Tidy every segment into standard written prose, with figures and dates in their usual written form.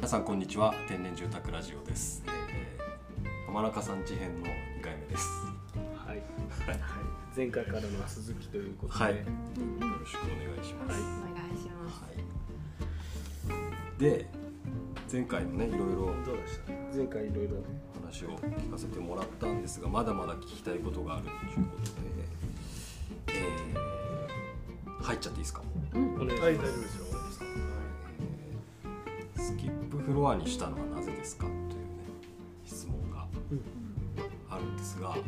皆さんこんにちは。天然住宅ラジオです。浜中さん地編の2回目です。 はい、前回からの続きということで、 はい、よろしくお願いします。 お願いします。 で、前回もね、いろいろどうでした？前回いろいろ話を聞かせてもらったんですが、まだまだ聞きたいことがあるということで、入っちゃっていいですか？ お願いします。はい、大丈夫ですよ。 スキップフロアにしたのはなぜですかというね質問があるんですが、これ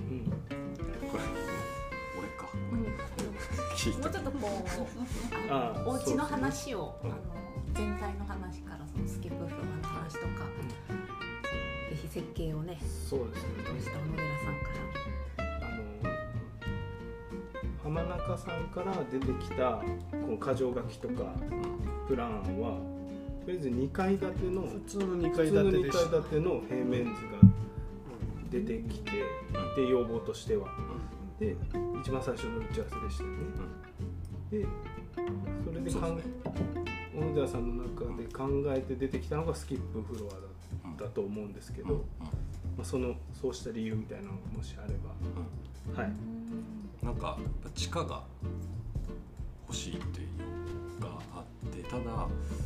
俺か、聞いた。 もうちょっとこうお家の話を全体の話からそのスキップフロアの話とか、ぜひ設計をね、 そうですね。 どうした小野寺さんから浜中さんから出てきたこの箇条書きとかプランは。とりあえず2階建ての普通の2階建ての平面図が出てきて、で要望としては、で一番最初の打ち合わせでしたよね。でそれで小野寺さんの中で考えて出てきたのがスキップフロアだと思うんですけど、そうした理由みたいなのがもしあれば、はい。 なんか地下が欲しいっていうのがあって、ただ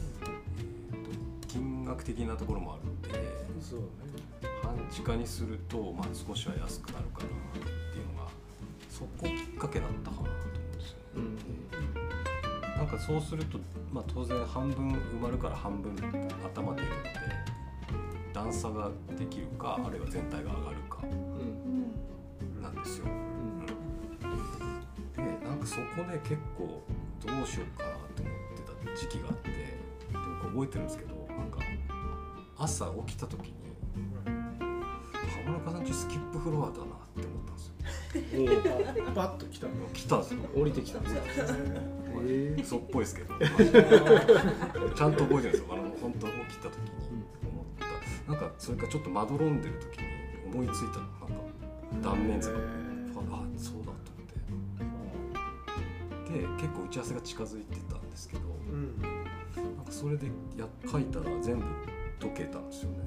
金額的なところもあるんで、 そうね、 半地下にすると、少しは安くなるかなっていうのがそこきっかけだったかなと思うんですよね。なんかそうすると、当然半分埋まるから半分頭出るので段差ができるか、あるいは全体が上がるかなんですよ。でなんかそこで結構どうしようかなと思ってた時期があって、でも覚えてるんですけど、なんか朝起きた時に浜中さんちスキップフロアだなって思ったんですよ。 バッと来たんですよ。 降りてきたんですか？ 嘘っぽいですけどちゃんと覚えてるんですよ。本当起きた時に思った、なんかそれからちょっとまどろんでる時に思いついたの、なんか断面図がそうだと思って、で結構打ち合わせが近づいてたんですけど、なんかそれで書いたら全部解けたんですよね。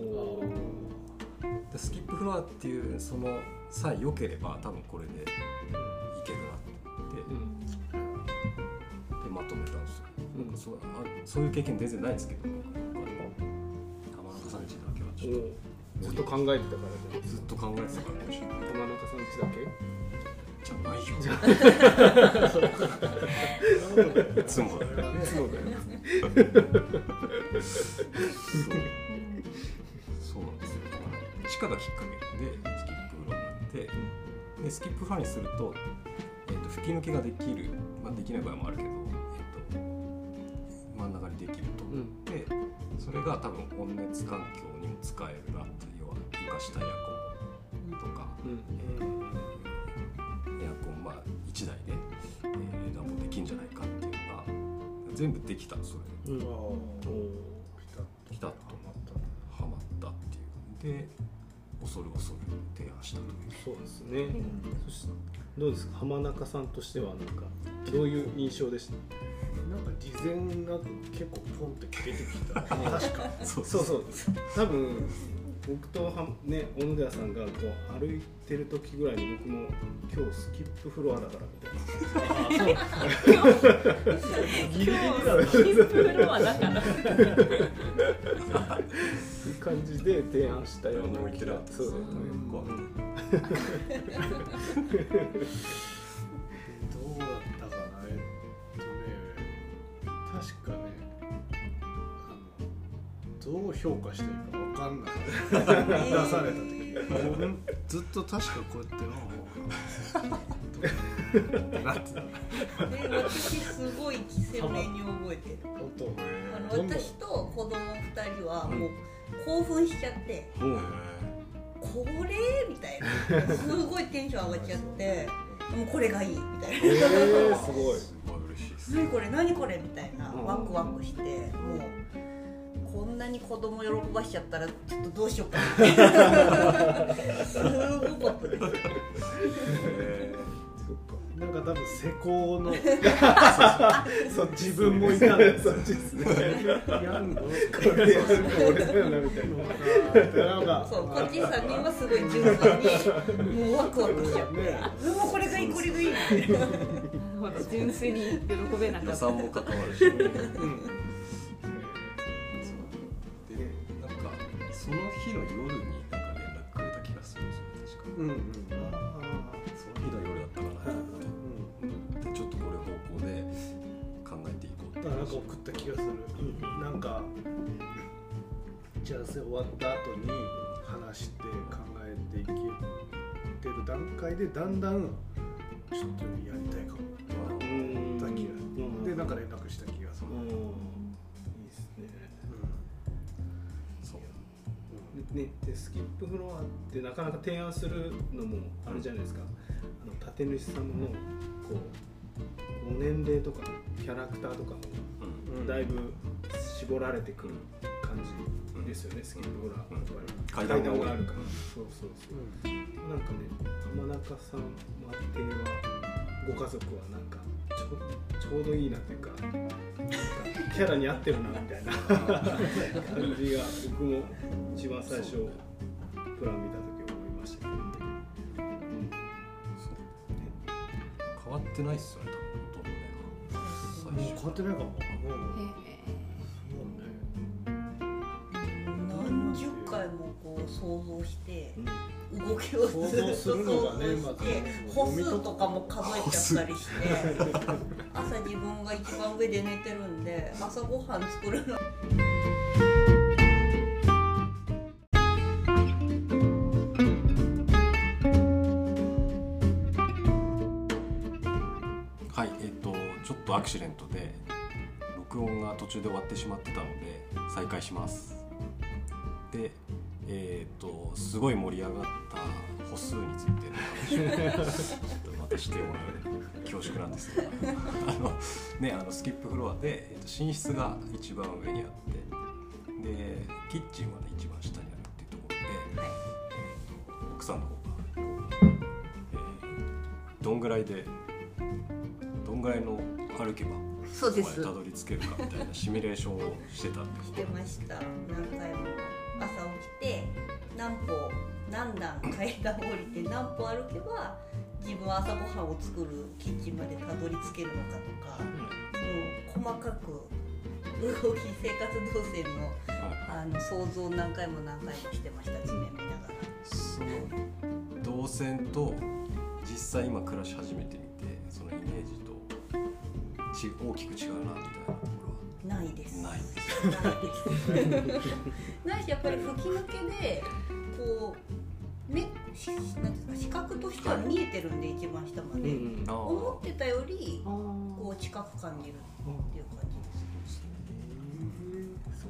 でスキップフロアっていうそのさえ良ければ多分これでいけるなと思って、でまとめたんですよ。なんかそういう経験全然ないですけど、浜中さんちだけはちょっとずっと考えてたからね。 ずっと考えてたから、 浜中さんちだけじゃないよ。いつもだよ。そうなんですよ。地下がきっかけでスキップフロアになって、でスキップフロアにすると、吹き抜けができる、できない場合もあるけど、真ん中にできると思って、それが多分温熱環境にも使えるなっていう、要は床下エアコンとか、エアコン1台で暖房できるんじゃないかっていうのが全部できた。それでピタッとはまったっていうで、恐る恐る提案したという。 そうですね。どうですか、浜中さんとしてはなんかどういう印象でした？ なんか事前が結構ポンって出てきた。確かそう多分僕と小野寺さんがこう歩いてる時ぐらいに僕も今日スキップフロアだからみたいな。 ギリギリだな。スキップフロアだから。 いう感じで提案したような気が。そうだよね。 どうだったかな。確かね、どう評価していいか分かんなかった。出された時にずっと確かこうやってなってた。 私すごい鮮明に覚えてる。私と子供2人はもう興奮しちゃって、これみたいな、すごいテンション上がっちゃって、もうこれがいいみたいな。 すごい。 何これみたいな、ワクワクして、もうこんなに子供喜ばしちゃったらちょっとどうしようかみたいな。すごかったです。 なんか多分施工のそう自分もいたんでそっちですねやんのこれやるの俺だよなみたいななんかそうこっち3人はすごい純粋にもうワクワクしちゃって、ね、もうこれがいいこれがいいみたいな純粋に喜べなかった。 予算も関わるし、でなんかその日の夜になんか連絡くれた気がするんですよ確か、その日の夜だったかなと思って、ちょっとこれ方向で考えていこうってなんか送った気がする、なんか打ち合わせ終わった後に話して考えていけてる段階でだんだんちょっとやりたいかもった気がでなんか連絡した気がする。いいですね。 そうねでスキップフロアってなかなか提案するのもあれじゃないですか。建主さんのこうご年齢とかキャラクターとかもだいぶ絞られてくる感じですよね。スキップフロアやっぱり階段があるから。そうそうそう。なんかね浜中さんまではご家族はなんかちょうどいいなっていうか、キャラに合ってるなみたいな感じが僕も一番最初プラン見た時思いましたけど、 変わってないっすよね多分ほとんどね。 もう変わってないかも。 何十回もこう想像して動きをずっと想像して歩数とかも数えちゃったりして朝自分が一番上で寝てるんで朝ごはん作るのはい、ちょっとアクシデントで録音が途中で終わってしまってたので再開します。で、すごい盛り上がった歩数についての話をまたしてもらう恐縮なんですがスキップフロアで、寝室が一番上にあってでキッチンは、ね、一番下にあるっていうところで、奥さんの方が、どんぐらいの歩けばそうですそこまでたどり着けるかみたいなシミュレーションをしてたんです。 してました。何回も朝起きて何段階段降りて何歩歩けば自分は朝ごはんを作るキッチンまでたどり着けるのかとか、もう細かく動き生活動線の、想像を何回もしてました。地面見ながらその動線と実際今暮らし始めてみてそのイメージと大きく違うなみたいなところはないです。 ないです。 ないしやっぱり吹き抜けでこうなんていうんですか視覚としては見えてるんで一番下まで、思ってたよりこう近く感じるっていう感じです。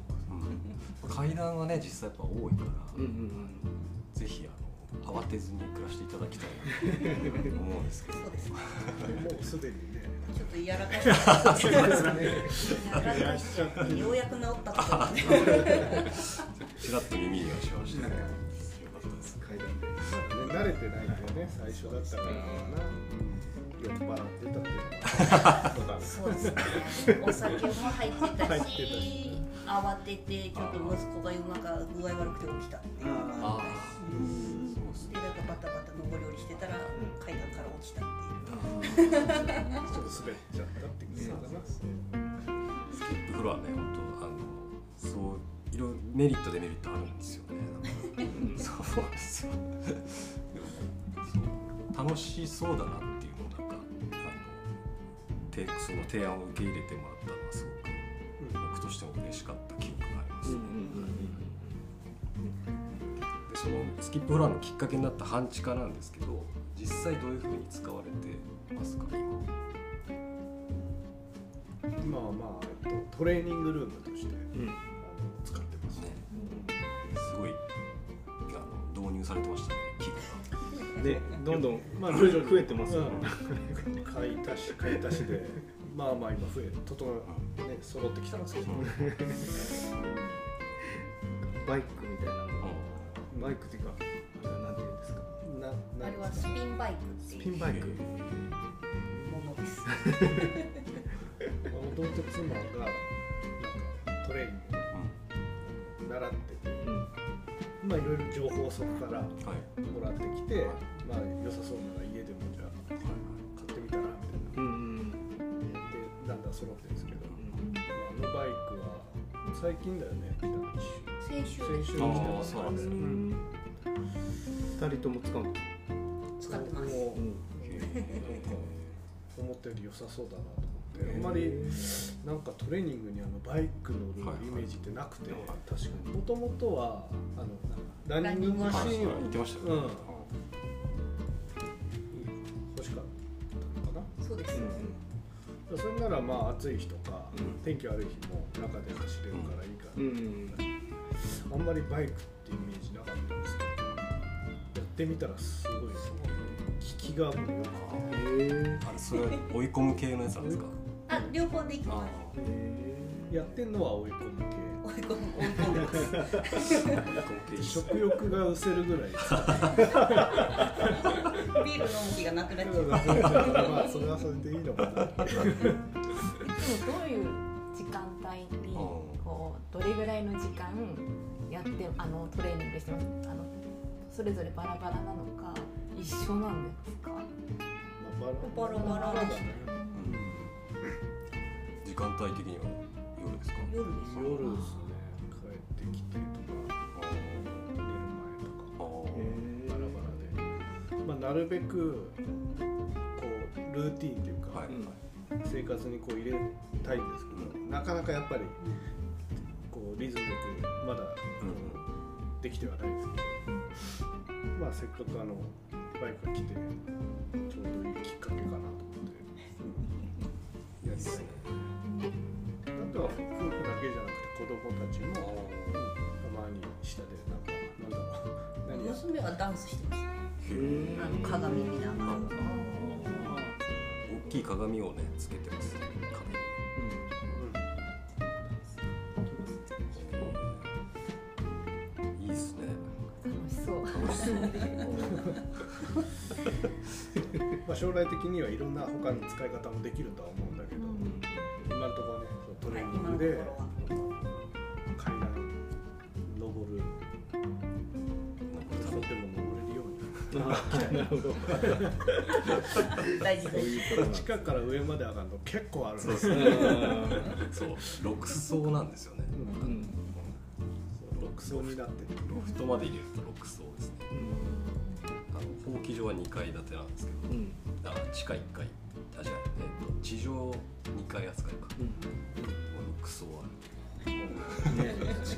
階段はね実際やっぱ多いから、ぜひ慌てずに暮らしていただきたいなと思うんですけど。 そうですね。 もうすでにね。 ちょっとやらかしちゃってやらかしちゃってようやく治ったことがね。 ちらっと耳にはしましたね。 階段で。慣れてないんだよね最初だったからな。酔っ払ってたっていうのは。 そうですね。お酒も入ってたし、慌ててちょっと息子が夜中具合悪くて起きたっていうのがあったし。でなんかバタバタ上り下りしてたら階段から落ちたっていう。 ちょっと滑っちゃったっていうのかな。 スキップフロアね本当そういろいろメリットデメリットあるんですよね。そうですよ。楽しそうだなっていうのをなんかその提案を受け入れてもらったのはすごく僕としても嬉しかった記憶があります。でそのスキップフロアのきっかけになった半地下なんですけど実際どういう風に使われてますか今はトレーニングルームとして使ってますね。 すごい導入されてましたね器具が。 でどんどん徐々に増えてますよね。 買い足しで今増え揃ってきたんですけど。 バイクみたいなバイクっていうかなんていうんですか。 あれはスピンバイクっていう。 スピンバイク。 もともと妻がなんかトレーニング習ってて、まあいろいろ情報をそこからもらってきて、まあ良さそうなら家でもじゃあ買ってみたらみたいな、でだんだん揃ってるんですけど、あのバイクは最近だよね、 先週に来たばっかりで、 2人とも使うの？ 使ってます。 なんか思ったより良さそうだなと思って、あんまりなんかトレーニングにバイク乗るイメージってなくて、確かにもともとはランニングマシーンを言ってましたよね。 欲しかったのかな。 そうです。 それならまあ暑い日とか、天気悪い日も中で走れるからいいから、あんまりバイクってイメージなかったんですけど、やってみたらすごい効きがもうあれそれ追い込む系のやつなんですか？ あ、両方できます。 やってんのは追い込む系。 追い込んでます。 食欲が失せるぐらい。 ビール飲む気がなくなっちゃう。 まあそれはそれでいいのかな。 でもどういう時間帯にこうどれぐらいの時間やってトレーニングしてます？それぞれバラバラなのか一緒なんですか？ バラバラですね。 時間帯的には夜ですか？ 夜です。 夜ですね。帰ってきてとか寝る前とかバラバラで、まあなるべくこうルーティーンというか、生活にこう入れたいんですけど、なかなかやっぱりこうリズムよくまだできてはないですけど、まあせっかくバイクが来てちょうどいいきっかけかなと思って、やりたい。あとは夫婦だけじゃなくて子供たちもたまに下でなんだろう、 娘はダンスしてますね。鏡見ながら。 大きい鏡をねつけてますね。いいですね。 楽しそう。 まあ将来的にはいろんな他の使い方もできるとは思うんだけど、今のところねトレーニングで階段登る登っても登れるように。なるほど。 大事です。 地下から上まで上がるの結構あるんそうですね。そう、6層なんですよね。 6層になってる。 ロフトまで入れると6層ですね。法規上は2階建てなんですけど、だから地下1階、地上2階扱いか。もう6層ある。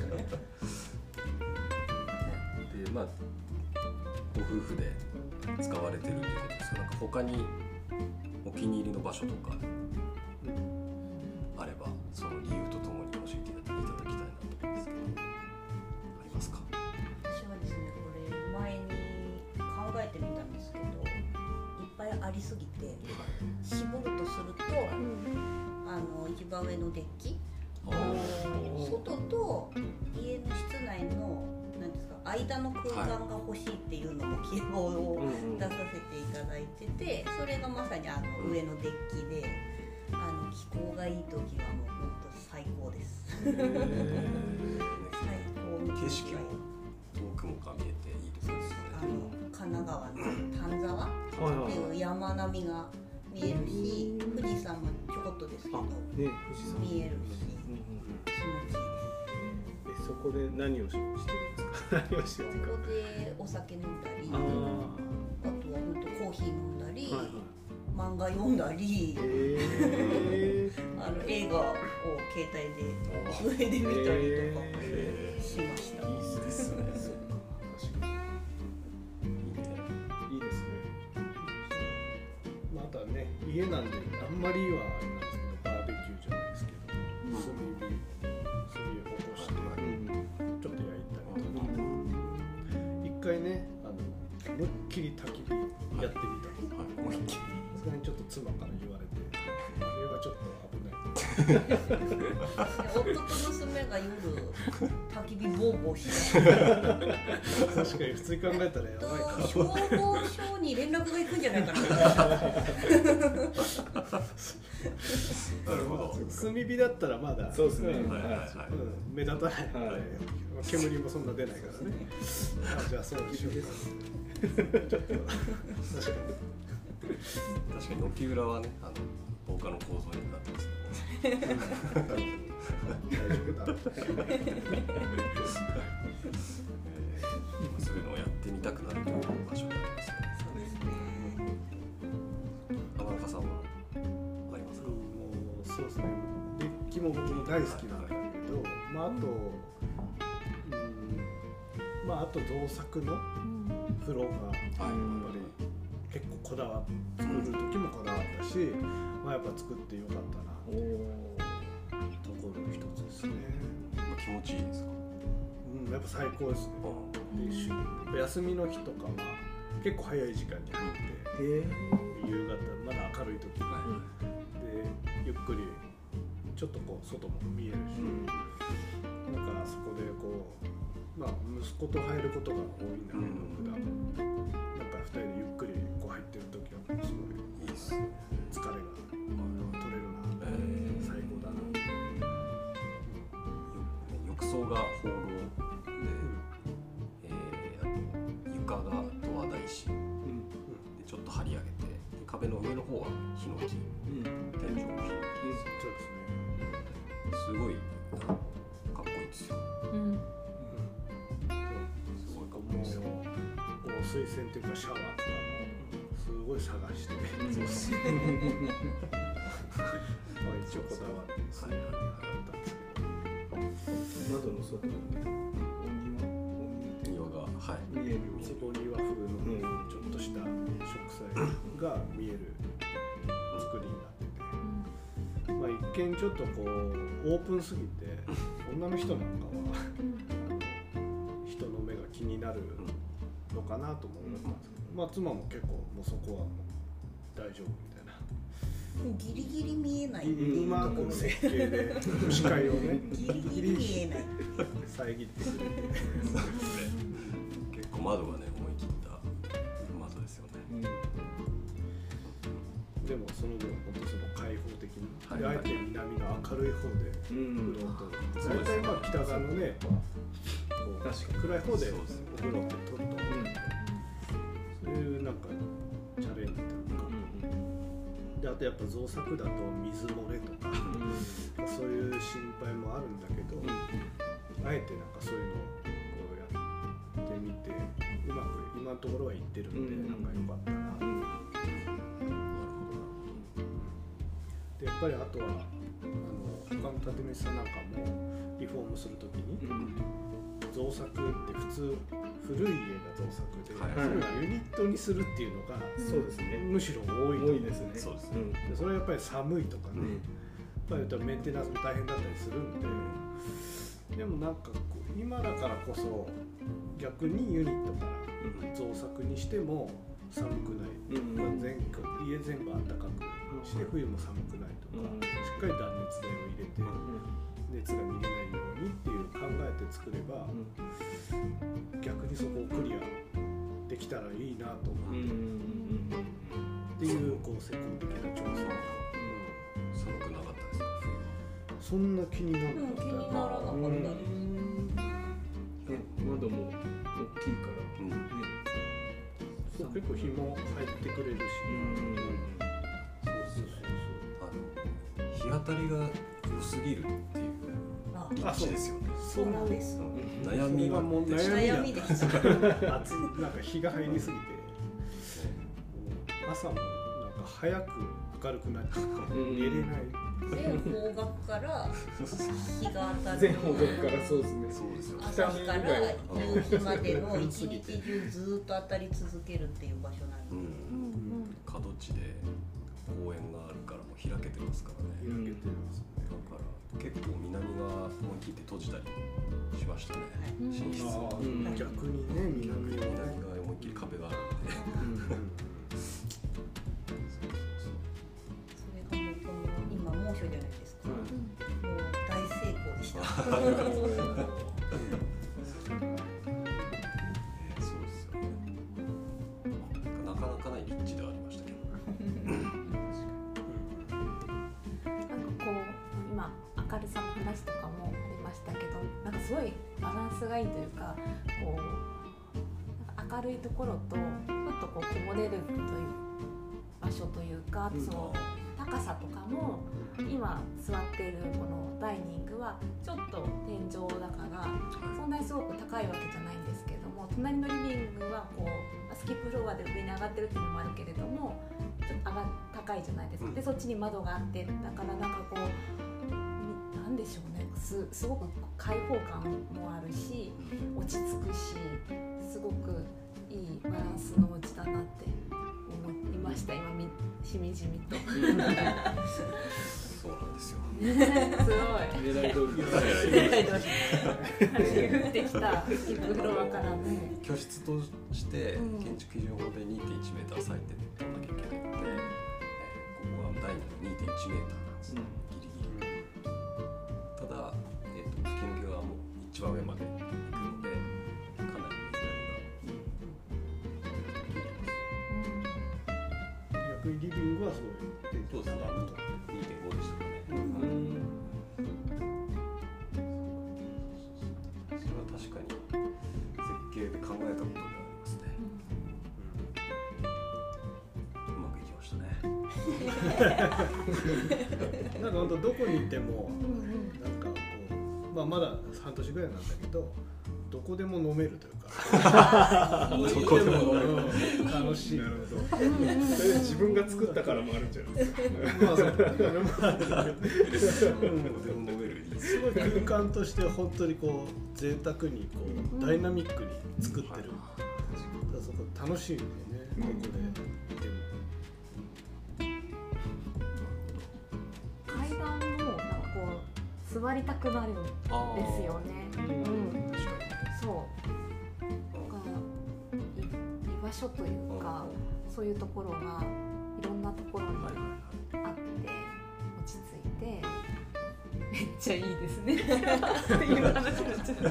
で、まあご夫婦で使われてるっていうことですけど、なんか他にお気に入りの場所とかあれば、その理由とともに教えていただきたいなと思うんですけど、ありますか？ 私はですね、これ前に考えてみたんですけど、いっぱいありすぎて絞るとすると、一番上のデッキ、外と家の室内のなんですか、間の空間が欲しいっていうのも希望を出させていただいてて、それがまさに上のデッキで、気候がいい時はもう本当最高です。最高。 景色も遠くも見えていいですよね。 神奈川の丹沢っていう山並みが見えるし、富士山もちょこっとですけど見えるし、気持ちいいです。 そこで何をしてるんですか？ そこでお酒飲んだり、あとは本当コーヒー飲んだり、漫画読んだり、映画を携帯で上で見たりとかしました。 いいですね。 いいですね。またね、家なんであんまりはあれなんですけど、バーベキューじゃないですけど、炭を起こしてちょっと焼いたりとか、一回ね、思いっきり焚き火やってみたんです。思いっきり。さすがにちょっと妻から言われて、あれはちょっと危ない。 夫と娘が夜焚き火ボーボーして確かに普通に考えたらやばいか。 消防署に連絡が行くんじゃないかな。 なるほど。 炭火だったらまだそうですね、 んはいはいはい。 目立たないので、 はい煙もそんな出ないからね。じゃあそうにしようか。ちょっと確かに確かに軒裏はね、防火の構造になってますけど、ね。 大丈夫だ。 そういうのをやってみたくなるという場所になってますね。 そうですね。 浜中さんはありますか？ もうそうですね。デッキも僕も大好きなんだけど、まああと、まああと造作の風呂がやっぱり結構こだわ作る時もこだわったし、まあやっぱ作ってよかったなところの一つですね。 気持ちいいですか？ やっぱ最高ですね。で休みの日とかは結構早い時間に入って、夕方まだ明るい時でゆっくりちょっとこう外も見えるし、なんかそこでこう、まあ息子と入ることが多いんだけど、普段なんか2人でゆっくりこう入ってる時はすごいいいです。疲れが取れるな、最高だな。 浴槽が放浪で、床が十和田石でちょっと張り上げて、壁の上の方はヒノキ、天井もヒノキ、 そうですね。 すごいかっこいいですよ。すごいかっこいいですよ。 水洗っていうかシャワーとかもすごい探して、まあ一応こだわってですね、 窓の外に庭が見えるそこには風のちょっとした植栽が見える作りになってて、まあ一見ちょっとこうオープンすぎて女の人なんかは人の目が気になるのかなとも思ったんですけど、まあ妻も結構もうそこはもう大丈夫みたいな。 ギリギリ見えないっていううまく設計で視界をねギリギリ見えない遮ってくれて結構窓がね思い切った窓ですよね。 でもその分本当その開放的に、であえて南の明るい方でフロート、大体まあ北側のねこう暗い方でお風呂って撮ると思うんだけど、そういうなんかチャレンジというか、であとやっぱ造作だと水漏れとか、そういう心配もあるんだけど、あえてなんかそういうのをこうやってみてうまく今のところはいってるんで、なんか良かったなと。でやっぱりあとは他の建主さんなんかもリフォームするときに、造作って普通古い家が造作で、それをユニットにするっていうのが、 そうですね、 むしろ多いですね。 そうですね。でそれはやっぱり寒いとかね、やっぱりメンテナンスも大変だったりするんで、でもなんかこう今だからこそ逆にユニットから造作にしても寒くない、家全部暖かくして冬も寒くないとか、しっかり断熱材を入れて、熱が逃げないようにっていう考えて作れば、逆にそこをクリアできたらいいなと思って、っていうこう施工的な調整。 寒くなかったですか？ そんな気にならなかった。 気にならなかったです。 窓も大きいから、 そう結構日も入ってくれるし、 日当たりが良すぎるっていう立地ですよね。 そうなんです。 悩みはもう悩みです。 暑いなんか日が入りすぎて、朝もなんか早く明るくなっちゃって寝れない。 全方角から日が当たる。 全方角からそうですね。 そうですよ。 朝から夕日までの一日中ずっと当たり続けるっていう場所なんです。 角地で公園があるからもう開けてますからね。 開けてますね。 だから結構南が思い切って閉じたりしましたね。寝室は。 逆にね南が思いっきり壁があるんで。 今猛暑じゃないですか。もう大成功でした。 そうですよね。なかなかない立地ではありましたけど。 ごいバランスがいいというか、こうなんか明るいところとふっとこうこもれるという場所というか、その高さとかも今座っているこのダイニングはちょっと天井だからそんなにすごく高いわけじゃないんですけども、隣のリビングはこうスキップフロアで上に上がってるっていうのもあるけれどもちょっと高いじゃないですか。でそっちに窓があって、だからなんかこうなんでしょうね、すごく開放感もあるし落ち着くし、すごくいいバランスのお家だなって思いました。今しみじみとそうなんですよ。 すごい狙い通り降ってきたスキップフロアからね。 居室として建築基準法で 2.1 メーター最低で取らなきゃいけないので、ここはダイニング 2.1 メーターなんです、ギリギリ。ただ、吹き抜けはもう一番上まで行くのでかなり逆にリビングはすごいそうですね、2.5でしたかね。それは確かに設計で考えたことではありますね。うまくいきましたね。 なんか本当どこにいてもなんかこう、まだ半年ぐらいなんだけどどこでも飲めるというかどこでも楽しい。なるほど。 それ自分が作ったからもあるんじゃないですか。 まあそう、すごい空間として本当にこう贅沢にこうダイナミックに作ってる。そこ楽しいんだよね。どこでいても。 階段もなんかこう座りたくなるんですよね。そうだから居場所というかそういうところがいろんなところにあって落ち着いてめっちゃいいですねっていう話になっちゃう。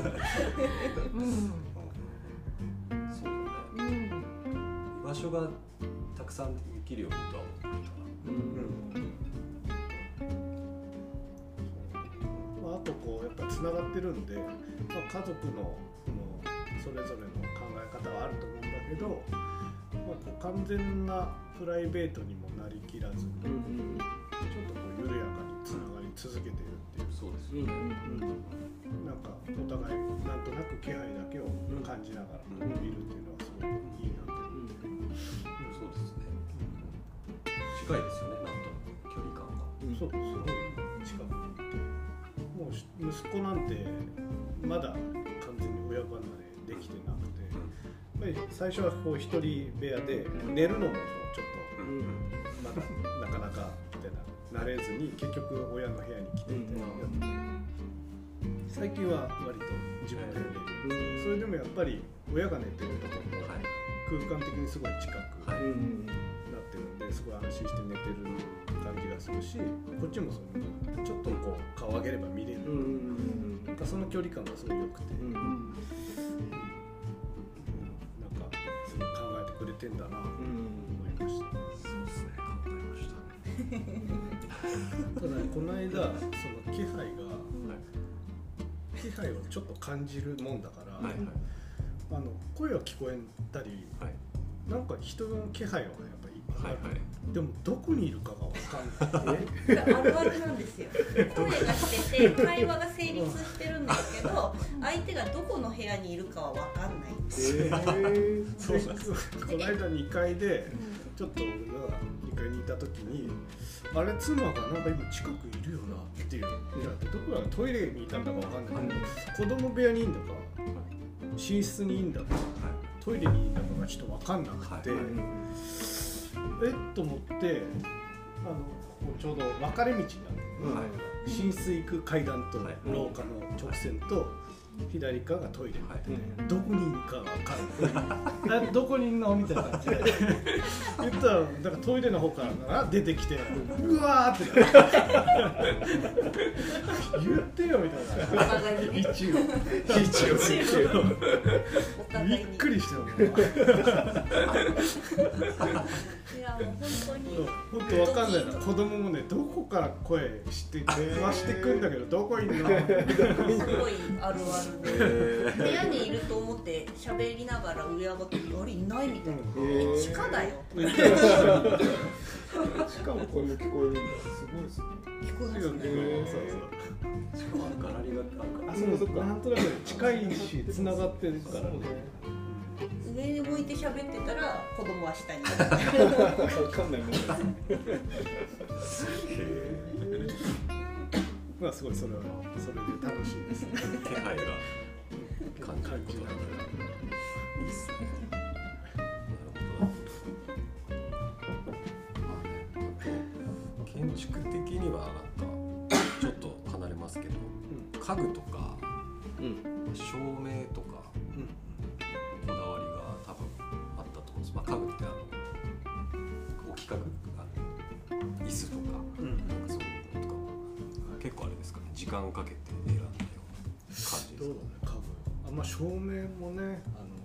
そうだね。居場所がたくさんできるようにとは思ってたな。あとこうやっぱつながってるんで、家族のそれぞれの考え方はあると思うんだけど、こう完全なプライベートにもなりきらずに、ちょっとこう緩やかにつながり続けているっていう。 そうですよね。 なんかお互いなんとなく気配だけを感じながらいるっていうのはすごいいいなって思って、 そうですね。近いですよね、なんとなく距離感が。 そうすごい近くにいて、もう息子なんてまだ完全に親離れできてなくて、やっぱり最初はこう一人部屋で寝るのもちょっとまだなかなかみたいな慣れずに結局親の部屋に来てて、最近は割と自分で寝る。それでもやっぱり親が寝てるところと空間的にすごい近くなってるんですごい安心して寝てる感じがするし、こっちもそのちょっとこう顔上げれば見れる、その距離感がすごい良くて、なんかすごい考えてくれてんだなと思いました。 そうですね、考えました。 ただこの間その気配をちょっと感じるもんだから、声は聞こえたり、なんか人の気配はやっぱりある、でもどこにいるかが分かんない。 あるあるなんですよ。声がしてて会話が成立してるんだけど相手がどこの部屋にいるかは分かんないんですよ。 そうなんです。この間2階でちょっと俺が2階にいた時に、あれ妻がなんか今近くいるよなっていう、どこがトイレにいたんだか分かんないけど、子供部屋にいいんだか寝室にいいんだかトイレにいいんだかがちょっと分かんなくて、と思ってちょうど分かれ道になって、寝室行く階段と廊下の直線と左側がトイレになってて、どこにいるか分かるどこにいるのみたいな感じで言ったら、だからトイレの方から出てきて、うわーって言ってよみたいな。一応びっくりしたよ。 やもう本当に本当わかんないな。子供もねどこから声して電話してくんだけどどこいんの？ すごいあるあるで、部屋にいると思って喋りながら上上がってあれいないみたいな。地下だよ。 しかもこれも聞こえるんだ。すごいですね。 聞こえますね。 しかもガラリがあ、そっか。 なんとなく近いし繋がってるからね。 上に向いて喋ってたら子供は下に。 わかんないもんね。 まあすごいそれで楽しいですね。 気配が感じることがいいですね。なるほど。建築的にはなんかちょっと離れますけど、家具とか、照明とか、こだわりが多分あったと思うんです。まあ、家具って置き家具、椅子とか、なんかそういうのとかも結構あれですかね、時間かけて選んだような感じですか。 どうだね、家具。まあ照明もね、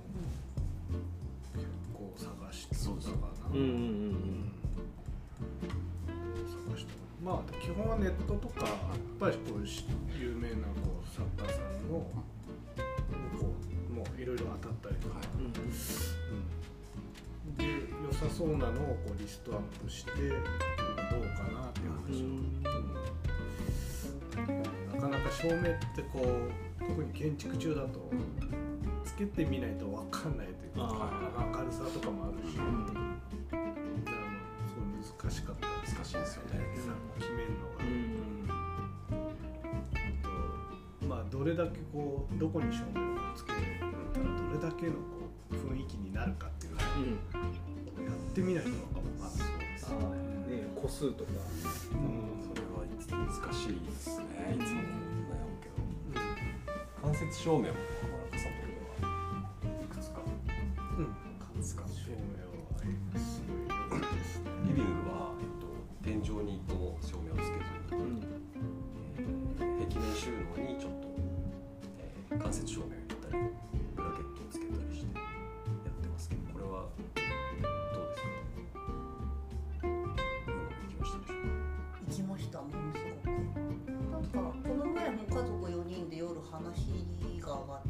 結構探してたかな。探した。まあ基本はネットとかやっぱりこう有名なこう作家さんのこうもういろいろ当たったりとか、で良さそうなのをこうリストアップしてどうかなっていう話を、なかなか照明ってこう特に建築中だとつけてみないと分かんないというか、明るさとかもあるし、だからすごい難しかった。 難しいですよね。 決めるのが、まあどれだけこうどこに照明をつけたらどれだけのこう雰囲気になるかっていうのをやってみないと分かんない。そうですね。 個数とか。 それは難しいですね。いつも悩むけど。間接照明も浜中さんところはいくつか。 間接照明はすごい良いですね。 リビングは天井に1個も照明をつけずに、壁面収納にちょっと、間接照明を入れたりブラケットをつけたりしてやってますけど、これはどうですか？うまくいきましたでしょうか？ 行きました。ものすごくなんかこの前も家族4人で夜話が上がって、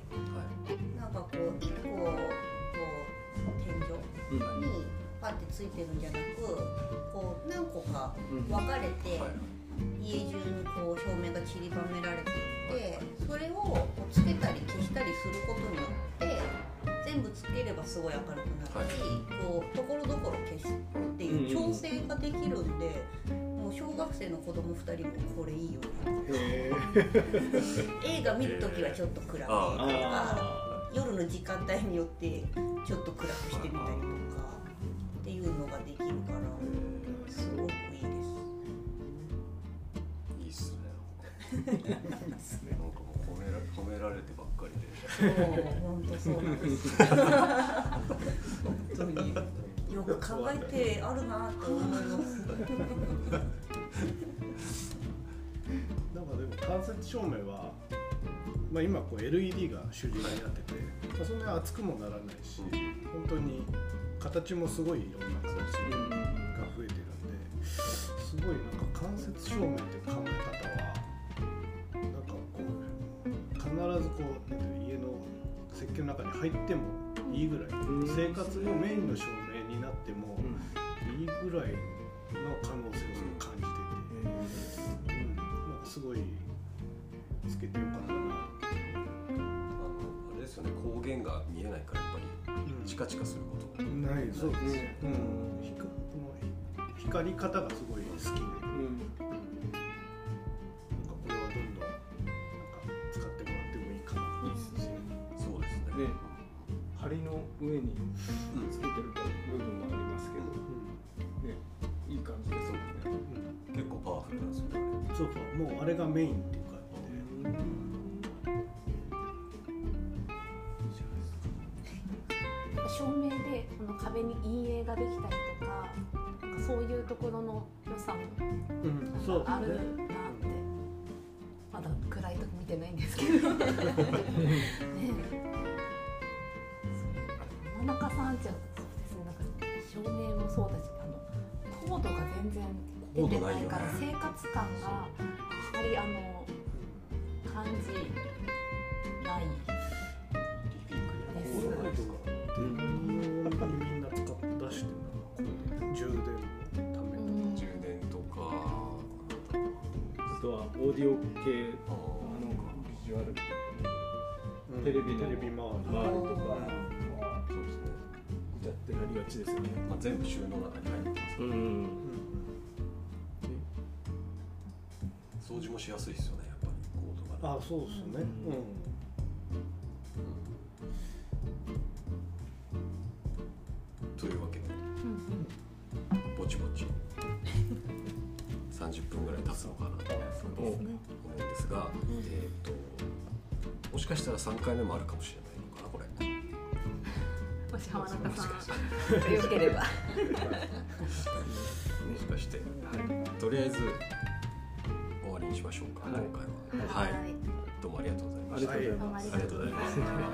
なんかこう1個こう天井にパッてついてるんじゃなく、こう何個か分かれて、家中にこう照明が散りばめられていて、それをつけたり消したりすることによって全部つければすごい明るくなるし、こうところどころ消すっていう調整ができるんで、もう小学生の子供2人もこれいいよね。映画見るときはちょっと暗めとか、夜の時間帯によってちょっと暗くしてみたりとかっていうのができるから、すごくいいです。 いいっすね。なんかもう褒められてばっかりで。 本当そうなんです。本当によく考えてあるなと思います。 なんかでも間接照明は、まあ、今こう LED が主流になってて、まあ、そんなに熱くもならないし、本当に形もすごいいろんな形が増えてるんで、すごいなんか間接照明って考え方はなんかこう必ずこうなんていう家の設計の中に入ってもいいぐらい、生活のメインの照明になってもいいぐらいの可能性を感じてて、なんかすごいつけてよかったな。 あれですよね、光源が見えないからやっぱりチカチカすることがないですね。光り方がすごい好きで、なんかこれはどんどんなんか使ってもらってもいいかな。 そうですね。 梁の上につけてる部分もありますけど、ね、いい感じですよね。 結構パワフルなんですよね。 そうそう、もうあれがメインっていう感じで。 照明でこの壁に陰影ができたりとか、そういうところの良さもあるなって、まだ暗いとこ見てないんですけどね。真中さんじゃそうですね、なんか照明もそうだしコードが全然出てないから生活感があまり感じないです。 みんな使って出してるな、充電のために。 充電とかあとはオーディオ系ビジュアルテレビ周りとかそうですね。 やってなりがちですよね。 まあ全部収納の中に入ってますから。掃除もしやすいですよね、やっぱりコードが。 あ、そうですね。 というわけで、ぼちぼち30分ぐらい経つのかなと思うんですが、もしかしたら3回目もあるかもしれないのかな、これ。 もし浜中さんよければもしかして、とりあえず終わりにしましょうか、今回は。はい、どうもありがとうございました。 ありがとうございます。 ありがとうございます。